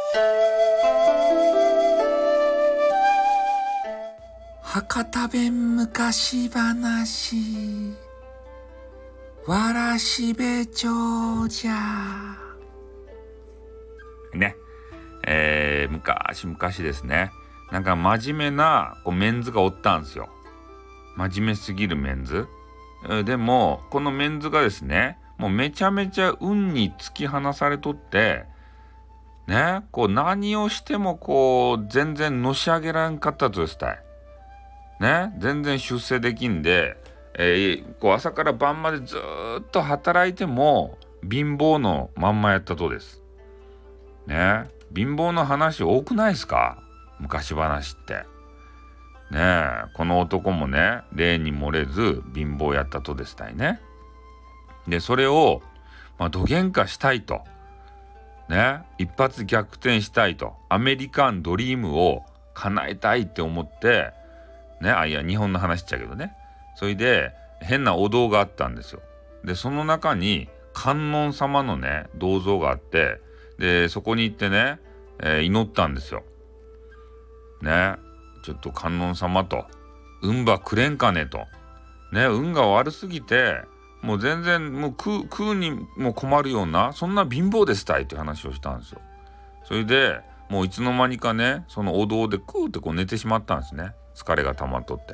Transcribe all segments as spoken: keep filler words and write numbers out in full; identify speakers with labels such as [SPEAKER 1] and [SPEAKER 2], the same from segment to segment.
[SPEAKER 1] 博多弁昔話わらしべ長者ね、えー、昔々ですね、なんか真面目なこうメンズがおったんですよ。真面目すぎるメンズ。でもこのメンズがですね、もうめちゃめちゃ運に突き放されとってね、こう何をしてもこう全然のし上げられんかったとですたいね、全然出世できんで、えー、こう朝から晩までずーっと働いても貧乏のまんまやったとですね。貧乏の話多くないですか、昔話ってね。えこの男もね、例に漏れず貧乏やったとですたいね。でそれをまあどげんかしたいとね、一発逆転したいと、アメリカンドリームを叶えたいって思ってね、あいや日本の話っちゃけどね、それで変なお堂があったんですよ。でその中に観音様のね銅像があって、でそこに行ってね、えー、祈ったんですよね。ちょっと観音様と運ばくれんかねとね、運が悪すぎてもう全然もう食う、食うにも困るようなそんな貧乏ですたいって話をしたんですよ。それでもういつの間にかね、そのお堂でクーってこう寝てしまったんですね、疲れが溜まっとって。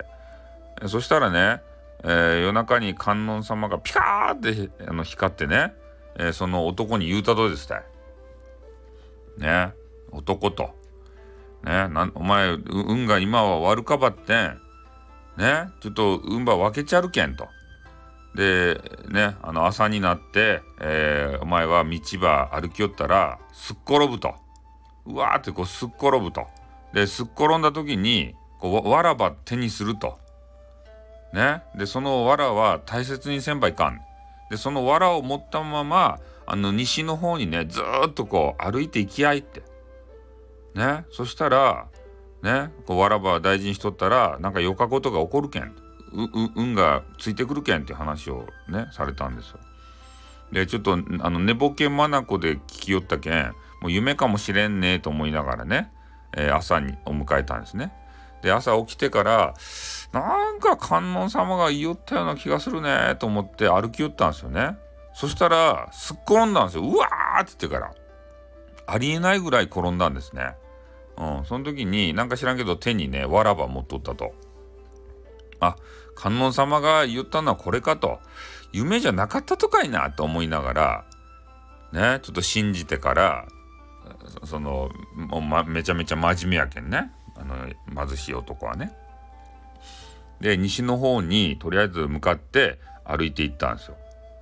[SPEAKER 1] そしたらね、えー、夜中に観音様がピカーってあの光ってね、えー、その男に言うたとですたいね、男とね、なんお前運が今は悪かばってんね、ちょっと運ば分けちゃるけんと。でね、あの朝になって、えー、お前は道場歩きよったらすっ転ぶと、うわーってこうすっ転ぶと。ですっ転んだ時にこうわらば手にするとね。でそのわらは大切にせんばいかん。でそのわらを持ったままあの西の方にねずーっとこう歩いていきあいってね。そしたらね、こうわらば大事にしとったらなんかよかことが起こるけん、うう運がついてくるけんっていう話をねされたんですよ。でちょっとあの寝ぼけまなこで聞きよったけん、もう夢かもしれんねと思いながらね、えー、朝にお迎えたんですね。で朝起きてからなんか観音様が言いよったような気がするねと思って歩きよったんですよね。そしたらすっ転んだんですよ。うわーって言ってからありえないぐらい転んだんですね。うん、その時になんか知らんけど手にねわらば持っとったと。あ、観音様が言ったのはこれかと、夢じゃなかったとかいなと思いながらね、ちょっと信じてから、そのもう、ま、めちゃめちゃ真面目やけんね、あの貧しい男はね。で西の方にとりあえず向かって歩いていったんですよ。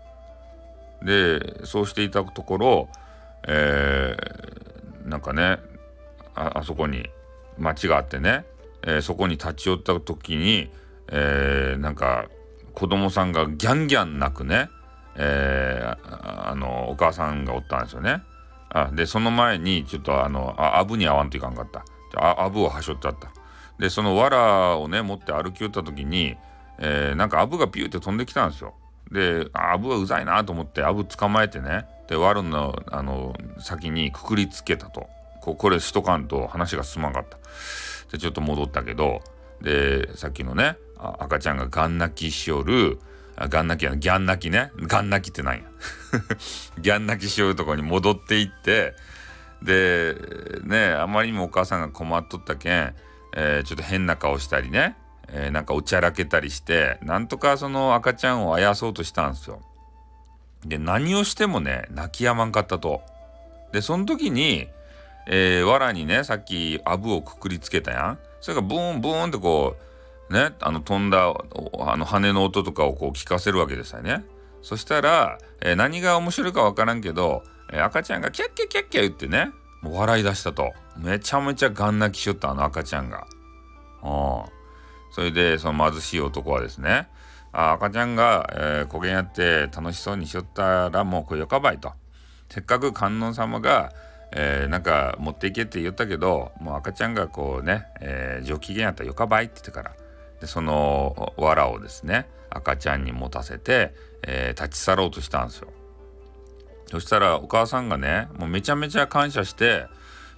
[SPEAKER 1] でそうしていたところ、えー、なんかね あ, あそこに町があってね、えー、そこに立ち寄った時に、えー、なんか子供さんがギャンギャン泣くね、えー、あのお母さんがおったんですよね。あでその前にちょっとあのあアブに会わんといかんかった。あアブをはしょってあった。でその藁をね持って歩き寄った時に、えー、なんかアブがピューって飛んできたんですよ。でアブはうざいなと思ってアブ捕まえてね、で藁のあの先にくくりつけたと。ここれしとかんと話が進まんかった。でちょっと戻ったけど、でさっきのね赤ちゃんがガン泣きしよる、あガン泣きやなギャン泣きね、ガン泣きってなんやギャン泣きしよるとこに戻っていって、でねあまりにもお母さんが困っとったけん、えー、ちょっと変な顔したりね、えー、なんかおちゃらけたりしてなんとかその赤ちゃんをあやそうとしたんですよ。で何をしてもね泣きやまんかったと。でその時にえー、藁にねさっきアブをくくりつけたやん。それがブーンブーンってこうねあの飛んだあの羽の音とかをこう聞かせるわけですよね。そしたら、えー、何が面白いかわからんけど、えー、赤ちゃんがキャッキャッキャッキャ言ってねもう笑い出したと。めちゃめちゃガン泣きしよったあの赤ちゃんが。うんそれでその貧しい男はですね、あ赤ちゃんが、えー、こげんやって楽しそうにしよったらもうこれよかばいと。せっかく観音様がえー、なんか持っていけって言ったけどもう赤ちゃんがこうね、えー、上機嫌やったらよかばいって言ってから、でその藁をですね赤ちゃんに持たせて、えー、立ち去ろうとしたんですよ。そしたらお母さんがねもうめちゃめちゃ感謝して、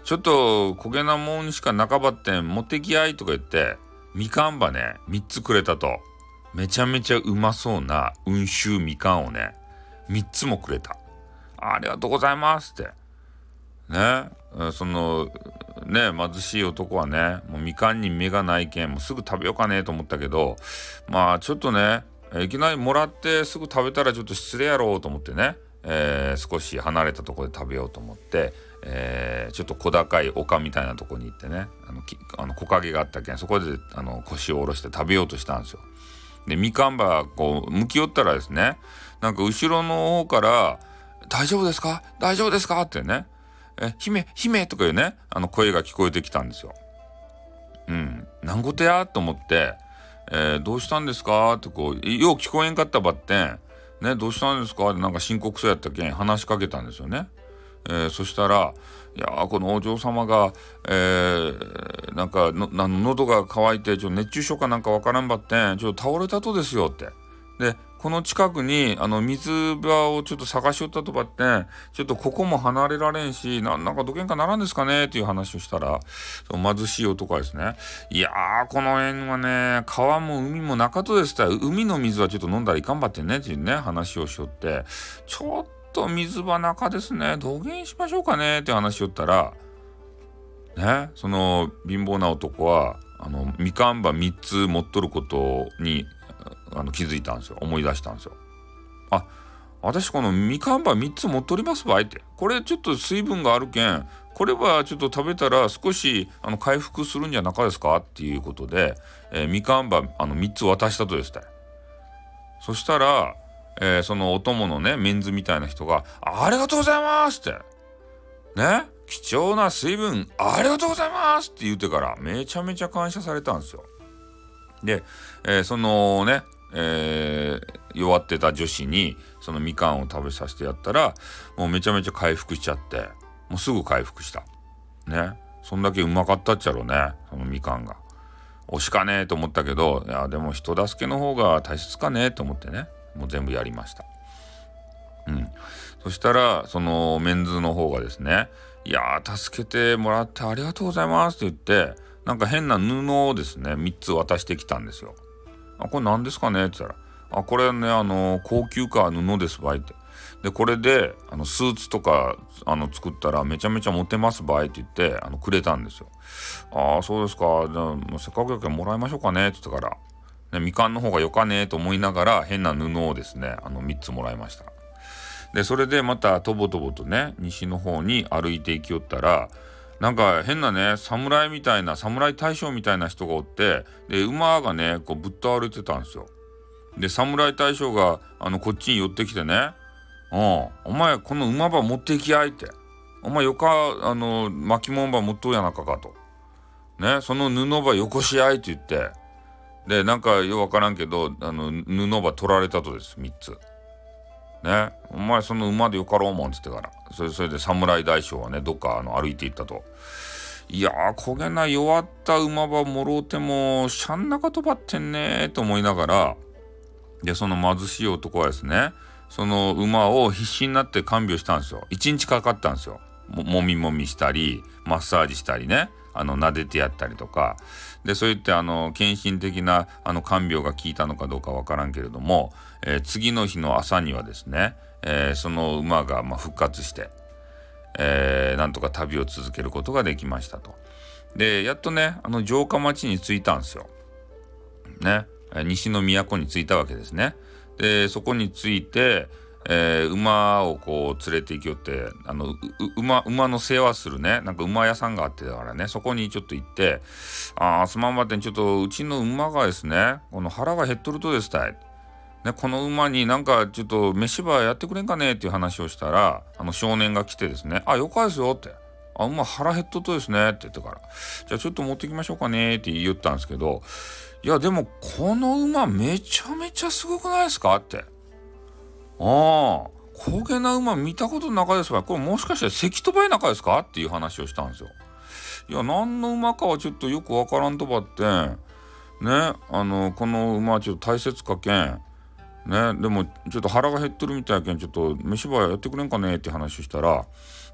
[SPEAKER 1] ちょっと焦げなもんしかなかばってん持ってきやいとか言ってみかんばねみっつくれたと。めちゃめちゃうまそうな温州みかんをねみっつもくれた。ありがとうございますってね。そのね貧しい男はねもうみかんに目がないけんもうすぐ食べようかねと思ったけど、まあちょっとねいきなりもらってすぐ食べたらちょっと失礼やろうと思ってね、えー、少し離れたところで食べようと思って、えー、ちょっと小高い丘みたいなところに行ってねあのきあの木陰があったけんそこであの腰を下ろして食べようとしたんですよ。でみかんばこう向き寄ったらですねなんか後ろの方から大丈夫ですか大丈夫ですかってねえ姫姫とかいうねあの声が聞こえてきたんですよ。うん何事やと思って、えー、どうしたんですかってこうよう聞こえんかったばってんねどうしたんですかってなんか深刻そうやったけん話しかけたんですよね。えー、そしたらいやーこのお嬢様が、えー、なんかのな喉が渇いてちょ熱中症かなんかわからんばってんちょっと倒れたとですよって。でこの近くにあの水場をちょっと探しよったとばってんちょっとここも離れられんし な, なんかどけんかならんですかねっていう話をしたらその貧しい男はですねいやーこの辺はね川も海もなかとですた海の水はちょっと飲んだらいかんばってんねっていうね話をしよってちょっと水場中ですねどげんしましょうかねっていう話をったらねその貧乏な男はあのみかんばみっつ持っとることにあの気づいたんですよ。思い出したんですよ。あ私このみかんばみっつ持っとりますばいってこれちょっと水分があるけんこれはちょっと食べたら少しあの回復するんじゃなかですかっていうことで、えー、みかんばあのみっつ渡したとですね。そしたら、えー、そのお供のねメンズみたいな人がありがとうございますってね貴重な水分ありがとうございますって言ってからめちゃめちゃ感謝されたんですよ。で、えー、そのね、えー、弱ってた女子にそのみかんを食べさせてやったらもうめちゃめちゃ回復しちゃってもうすぐ回復したね。そんだけうまかったっちゃろうねそのみかんが。惜しかねえと思ったけどいやでも人助けの方が大切かねえと思ってねもう全部やりました。うんそしたらそのメンズの方がですねいやー助けてもらってありがとうございますって言ってなんか変な布をですねみっつ渡してきたんですよ。あこれ何ですかねって言ったらあこれねあの高級か布ですばいって。でこれであのスーツとかあの作ったらめちゃめちゃモテますばいって言ってあのくれたんですよ。ああそうですかじゃあもうせっかくやけんもらいましょうかねって言ったから、ね、みかんの方がよかねえと思いながら変な布をですねあのみっつもらいました。でそれでまたとぼとぼとね西の方に歩いていきよったらなんか変なね侍みたいな侍大将みたいな人がおってで馬がねこうぶっ倒れてたんですよ。で侍大将があのこっちに寄ってきてねうんお前この馬場持っていきやいってお前よかあの巻物場持っとうやなかかとねその布場よこしやいって言ってでなんかようわからんけどあの布場取られたとですみっつねお前その馬でよかろうもんっつってからそれそれで侍大将はねどっかあの歩いていったと。いやー焦げな弱った馬場もろうてもしゃんなかとばってんねーと思いながらでその貧しい男はですねその馬を必死になって看病したんですよ。いちにちかかったんですよ。 も, もみもみしたりマッサージしたりねあの撫でてやったりとかでそういってあの献身的なあの看病が効いたのかどうかわからんけれども、えー、次の日の朝にはですね、えー、その馬がまあ復活して、えー、なんとか旅を続けることができましたと。でやっとねあの城下町に着いたんですよ。ね西の都に着いたわけですね。でそこに着いて、えー、馬をこう連れて行きよってあの馬馬の世話するねなんか馬屋さんがあってだからねそこにちょっと行ってあーすまんばってんちょっとうちの馬がですねこの腹が減っとるとですたい、ね、この馬になんかちょっと飯ばやってくれんかねっていう話をしたらあの少年が来てですねあよかですよってあ馬腹減っとるとですねって言ってからじゃあちょっと持ってきましょうかねって言ったんですけどいやでもこの馬めちゃめちゃすごくないですかってああ高げな馬見たことなかですかこれもしかして関戸馬中ですかっていう話をしたんですよ。いや何の馬かはちょっとよくわからんとばってねあのこの馬はちょっと大切かけんねでもちょっと腹が減ってるみたいやけんちょっと飯ばやってくれんかねって話をしたら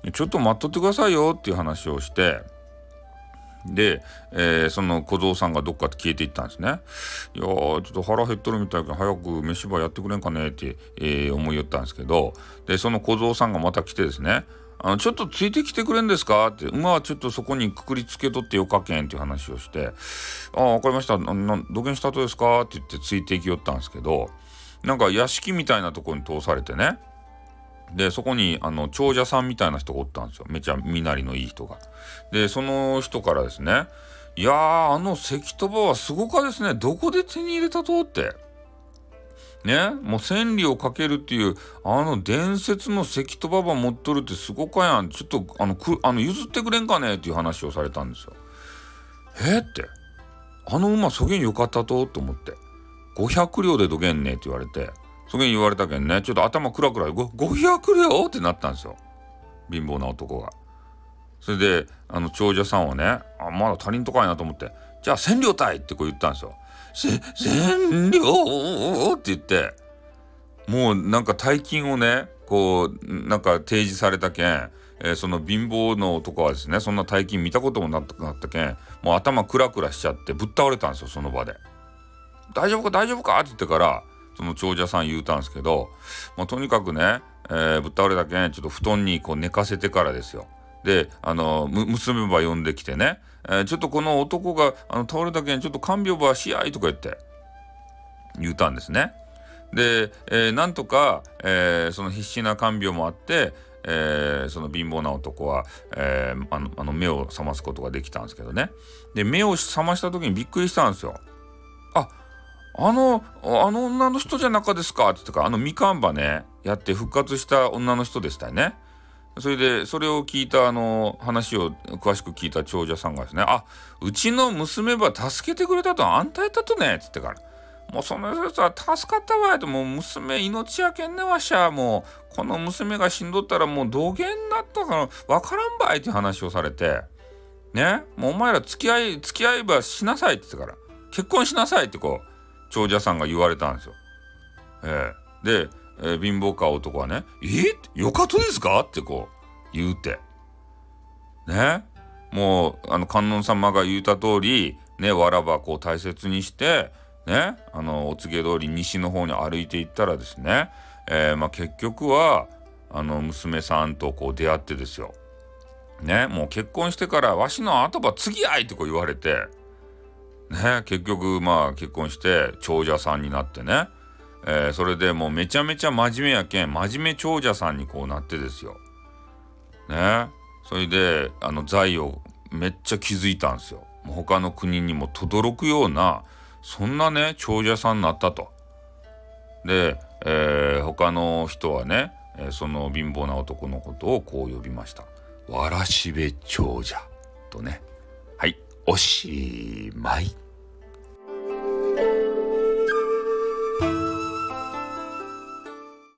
[SPEAKER 1] ちょっと待っとってくださいよっていう話をして、で、えー、その小僧さんがどっかって消えていったんですね。いやーちょっと腹減っとるみたいから早く飯ばやってくれんかねって、えー、思いよったんですけど、でその小僧さんがまた来てですね、あのちょっとついてきてくれんですかって、馬はちょっとそこにくくりつけとってよかけんっていう話をして、ああ分かりました、ななどげんしたとですかって言ってついていきよったんですけど、なんか屋敷みたいなところに通されてね、でそこにあの長者さんみたいな人がおったんですよ。めちゃ身なりのいい人が。でその人からですね、いやーあの石飛ばはすごかですね、どこで手に入れたとってね、もう千里をかけるっていうあの伝説の石飛ばば持っとるってすごかやん、ちょっとあのくあの譲ってくれんかねっていう話をされたんですよ。えって、あの馬そげんよかったとと思って、ごひゃく両でどげんねって言われて、そげん言われたけんね、ちょっと頭クラクラごごひゃく両ってなったんですよ、貧乏な男が。それであの長者さんはね、あまだ足りんとかいなと思って、じゃあ千両たいってこう言ったんですよ。せ千両って言って、もうなんか大金をねこうなんか提示されたけん、えー、その貧乏の男はですね、そんな大金見たこともなったなったけん、もう頭クラクラしちゃってぶっ倒れたんですよ、その場で。大丈夫か大丈夫かって言ってからその長者さん言うたんですけど、もうとにかくね、えー、ぶっ倒れたけんちょっと布団にこう寝かせてからですよ。であの娘ば呼んできてね、えー、ちょっとこの男があの倒れたけんちょっと看病ばし合いとか言って言うたんですね。で、えー、なんとか、えー、その必死な看病もあって、えー、その貧乏な男は、えー、あのあの目を覚ますことができたんですけどね。で目を覚ました時にびっくりしたんですよ。ああのあの女の人じゃなかですかって言ってから、あのみかんばねやって復活した女の人でしたよね。それでそれを聞いたあの話を詳しく聞いた長者さんがですね、あうちの娘ば助けてくれたとあんたやったとねって言ってから、もうそのやつは助かったわって、もう娘命やけんねわしゃ、もうこの娘が死んどったらもうどげんなったからわからんばいって話をされてね、もうお前ら付き合い付き合いばしなさいって言ってから結婚しなさいってこう長者さんが言われたんですよ。ええ、で、えー、貧乏か男はね、えー、よかとですかってこう言うてね、もうあの観音様が言うた通りね、わらばこう大切にしてね、あのお告げ通り西の方に歩いていったらですね、えー、まあ結局はあの娘さんとこう出会ってですよね、もう結婚してからわしの後ば次会いってこう言われてね、結局まあ結婚して長者さんになってね、えー、それでもうめちゃめちゃ真面目やけん真面目長者さんにこうなってですよね。それであの財をめっちゃ築いたんですよ。もう他の国にも轟くようなそんなね長者さんになったと。で、えー、他の人はね、えー、その貧乏な男のことをこう呼びました。わらしべ長者とね。はい、おしまい。